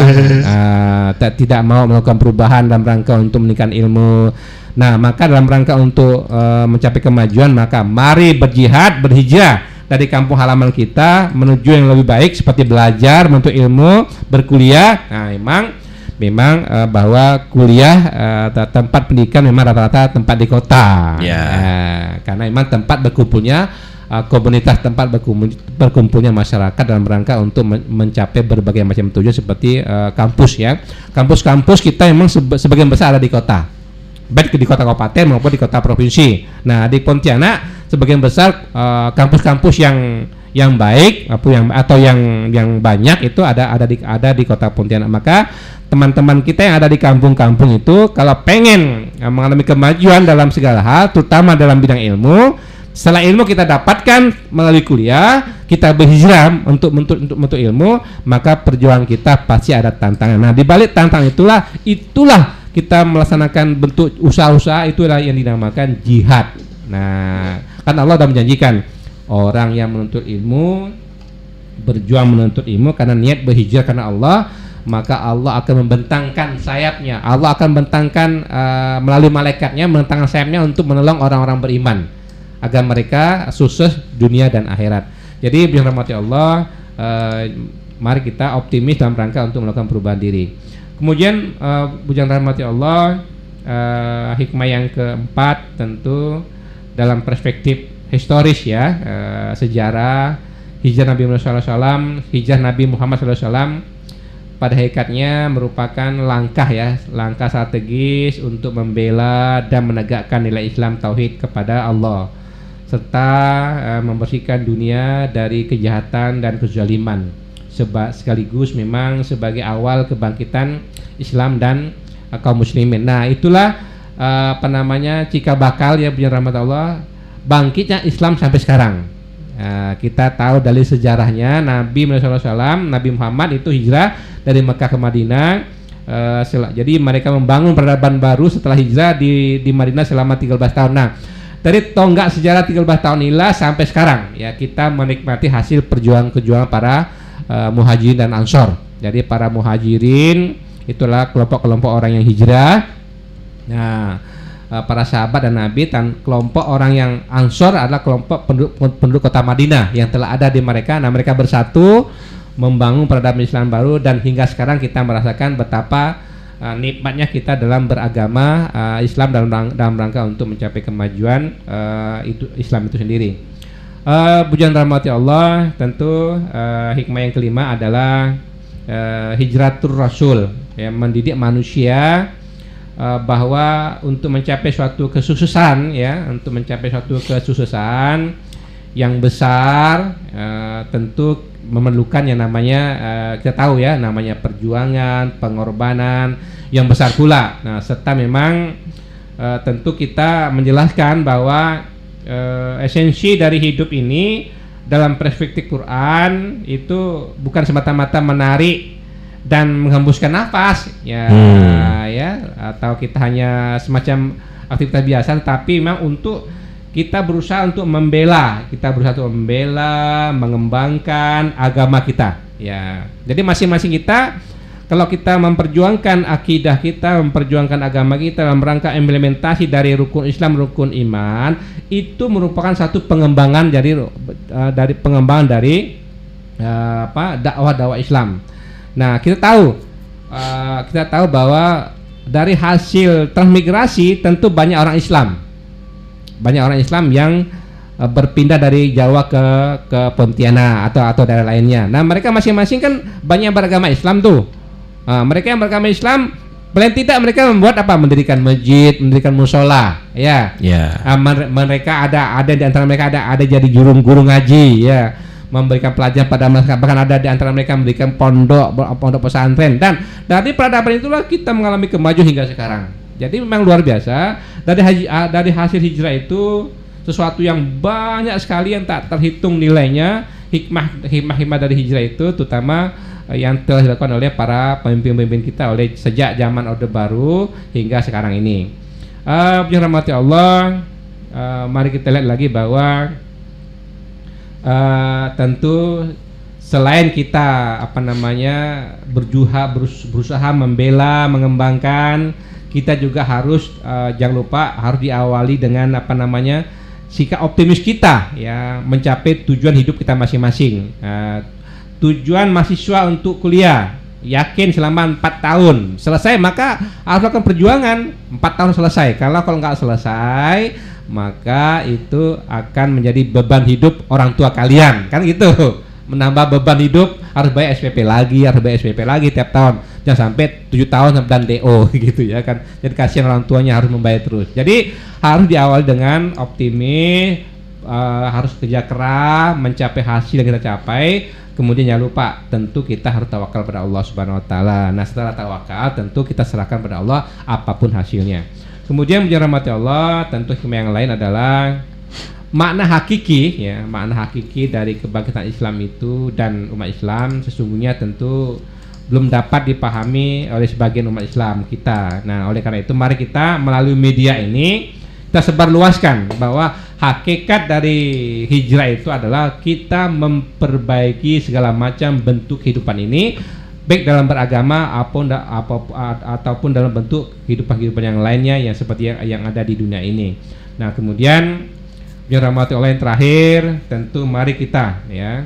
ya, tidak mau melakukan perubahan dalam rangka untuk meningkatkan ilmu. Nah, maka dalam rangka untuk mencapai kemajuan, maka mari berjihad, berhijrah dari kampung halaman kita menuju yang lebih baik, seperti belajar, menuntut ilmu, berkuliah. Nah, memang bahwa kuliah tempat pendidikan memang rata-rata tempat di kota. Karena memang tempat berkumpulnya komunitas, tempat berkumpulnya masyarakat dalam rangka untuk mencapai berbagai macam tujuan seperti kampus ya. Kampus-kampus kita memang sebagian besar ada di kota, baik di kota kabupaten maupun di kota provinsi. Nah, di Pontianak sebagian besar kampus-kampus yang baik atau yang banyak itu ada di kota Pontianak. Maka teman-teman kita yang ada di kampung-kampung itu kalau pengen mengalami kemajuan dalam segala hal, terutama dalam bidang ilmu, setelah ilmu kita dapatkan melalui kuliah, kita berhijrah untuk ilmu, maka perjuangan kita pasti ada tantangan. Nah, di balik tantangan itulah kita melaksanakan bentuk usaha-usaha, itulah yang dinamakan jihad. Nah, kan Allah sudah menjanjikan orang yang menuntut ilmu, berjuang menuntut ilmu karena niat berhijrah karena Allah, maka Allah akan membentangkan sayapnya. Allah akan membentangkan melalui malaikatnya, membentangkan sayapnya untuk menolong orang-orang beriman agar mereka sukses dunia dan akhirat. Jadi biar rahmati Allah, mari kita optimis dalam rangka untuk melakukan perubahan diri. Kemudian bujang rahmati Allah, hikmah yang keempat tentu dalam perspektif historis ya, sejarah hijrah Nabi Muhammad SAW, hijrah Nabi Muhammad SAW pada hakikatnya merupakan langkah strategis untuk membela dan menegakkan nilai Islam tauhid kepada Allah serta membersihkan dunia dari kejahatan dan kezaliman, sekaligus memang sebagai awal kebangkitan Islam dan kaum muslimin. Nah, itulah cikal bakal ya benar rahmat Allah bangkitnya Islam sampai sekarang. Kita tahu dari sejarahnya Nabi Muhammad SAW, Nabi Muhammad itu hijrah dari Mekah ke Madinah. Jadi mereka membangun peradaban baru setelah hijrah di Madinah selama 13 tahun. Nah, dari tonggak sejarah 13 tahun inilah sampai sekarang ya kita menikmati hasil perjuangan para muhajirin dan ansor. Jadi para muhajirin itulah kelompok-kelompok orang yang hijrah. Nah, para sahabat dan Nabi dan kelompok orang yang ansor adalah kelompok penduduk kota Madinah yang telah ada di mereka. Nah, mereka bersatu membangun peradaban Islam baru dan hingga sekarang kita merasakan betapa nikmatnya kita dalam beragama Islam dalam rangka untuk mencapai kemajuan itu Islam itu sendiri. Pujian rahmati Allah, tentu hikmah yang kelima adalah hijratur rasul ya, mendidik manusia bahwa untuk mencapai suatu kesuksesan yang besar tentu memerlukan yang namanya kita tahu ya namanya perjuangan, pengorbanan yang besar pula. Nah, serta memang tentu kita menjelaskan bahwa esensi dari hidup ini dalam perspektif Quran itu bukan semata-mata menarik dan menghembuskan nafas ya atau kita hanya semacam aktivitas biasa, tapi memang untuk kita berusaha untuk membela, mengembangkan agama kita ya. Jadi masing-masing kita kalau kita memperjuangkan akidah kita, memperjuangkan agama kita dalam rangka implementasi dari rukun Islam, rukun iman, itu merupakan satu pengembangan dari dakwah Islam. Nah, kita tahu bahwa dari hasil transmigrasi tentu banyak orang Islam yang berpindah dari Jawa ke Pontianak atau daerah lainnya. Nah, mereka masing-masing kan banyak beragama Islam tuh. Mereka yang beragama Islam paling tidak mereka membuat mendirikan masjid, mendirikan musola, ya. Mereka ada di antara mereka ada jadi guru ngaji, ya. Memberikan pelajaran pada masyarakat, bahkan ada di antara mereka memberikan pondok pesantren, dan dari peradaban itulah kita mengalami kemajuan hingga sekarang. Jadi memang luar biasa dari hasil hijrah itu sesuatu yang banyak sekali yang tak terhitung nilainya. Hikmah dari hijrah itu terutama yang telah dilakukan oleh para pemimpin kita oleh sejak zaman Orde Baru hingga sekarang ini. Dirahmati Allah, mari kita lihat lagi bahwa tentu selain kita berusaha membela, mengembangkan, kita juga harus jangan lupa harus diawali dengan sikap optimis kita ya, mencapai tujuan hidup kita masing-masing. Tujuan mahasiswa untuk kuliah yakin selama 4 tahun selesai, maka harus lakukan perjuangan 4 tahun selesai. Kalau nggak selesai, maka itu akan menjadi beban hidup orang tua kalian, kan gitu. Menambah beban hidup, harus bayar SPP lagi tiap tahun. Jangan sampai 7 tahun dan DO gitu ya kan. Jadi kasihan orang tuanya harus membayar terus. Jadi harus diawali dengan optimis, harus kerja keras, mencapai hasil yang kita capai. Kemudian jangan lupa, tentu kita harus tawakal pada Allah Subhanahu Wa Taala. Nah, setelah tawakal, tentu kita serahkan pada Allah apapun hasilnya. Kemudian dirahmati Allah, tentu hikmah yang lain adalah makna hakiki dari kebangkitan Islam itu dan umat Islam sesungguhnya tentu belum dapat dipahami oleh sebagian umat Islam kita. Nah, oleh karena itu mari kita melalui media ini kita sebarluaskan bahwa hakikat dari hijrah itu adalah kita memperbaiki segala macam bentuk kehidupan ini baik dalam beragama ataupun dalam bentuk kehidupan yang lainnya yang seperti yang ada di dunia ini. Nah, kemudian yang rahmati Allah yang terakhir, tentu mari kita ya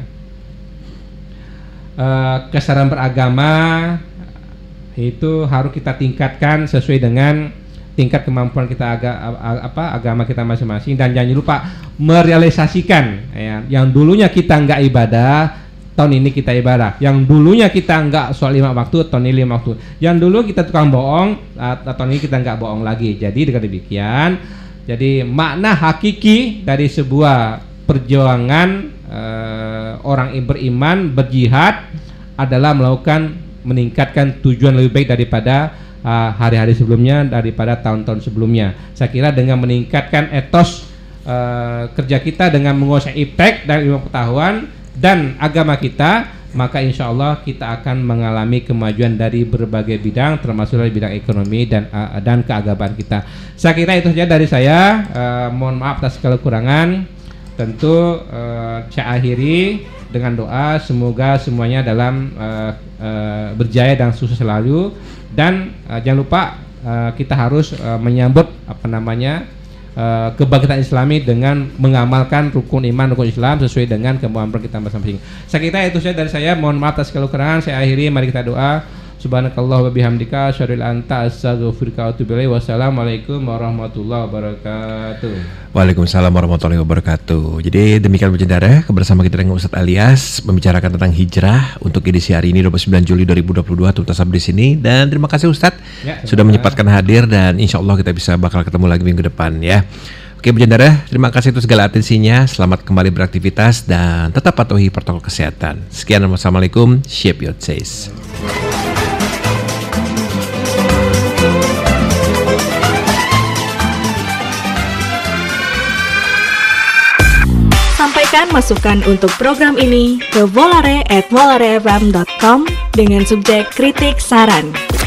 kesadaran beragama itu harus kita tingkatkan sesuai dengan tingkat kemampuan kita agama kita masing-masing, dan jangan lupa merealisasikan ya, yang dulunya kita enggak ibadah, tahun ini kita ibadah. Yang dulunya kita enggak sholat 5 waktu, tahun ini 5 waktu. Yang dulu kita tukang bohong, tahun ini kita enggak bohong lagi. Jadi dengan demikian, jadi makna hakiki dari sebuah perjuangan orang beriman berjihad adalah meningkatkan tujuan lebih baik daripada hari-hari sebelumnya, daripada tahun-tahun sebelumnya. Saya kira dengan meningkatkan etos kerja kita dengan menguasai iptek dan ilmu pengetahuan dan agama kita, maka insya Allah kita akan mengalami kemajuan dari berbagai bidang, termasuk dari bidang ekonomi dan keagamaan kita. Saya kira itu saja dari saya. Mohon maaf atas segala kekurangan. Tentu saya akhiri dengan doa semoga semuanya dalam berjaya dan sukses selalu. Dan jangan lupa kita harus menyambut kebangkitan Islami dengan mengamalkan rukun iman, rukun Islam sesuai dengan kemampuan kita masing-masing. Saya kira itu saja dari saya. Mohon maaf atas segala kekurangan. Saya akhiri. Mari kita doa. Subhanakallah wa bihamdika asyhadu an la ilaha illa anta astaghfiruka wa atubu ilaik. Wassalamualaikum warahmatullahi wabarakatuh. Waalaikumsalam warahmatullahi wabarakatuh. Jadi demikian berjendara bersama kita dengan Ustadz Alyas membicarakan tentang hijrah untuk edisi hari ini 29 Juli 2022 tuntas sampai di sini. Dan terima kasih Ustadz sudah menyempatkan hadir, dan insya Allah kita bisa bakal ketemu lagi minggu depan ya. Oke berjendara, terima kasih untuk segala atensinya. Selamat kembali beraktivitas dan tetap patuhi protokol kesehatan. Sekian, wassalamualaikum. Shape your taste. Sampaikan masukan untuk program ini ke volare@volarefm.com dengan subjek kritik saran.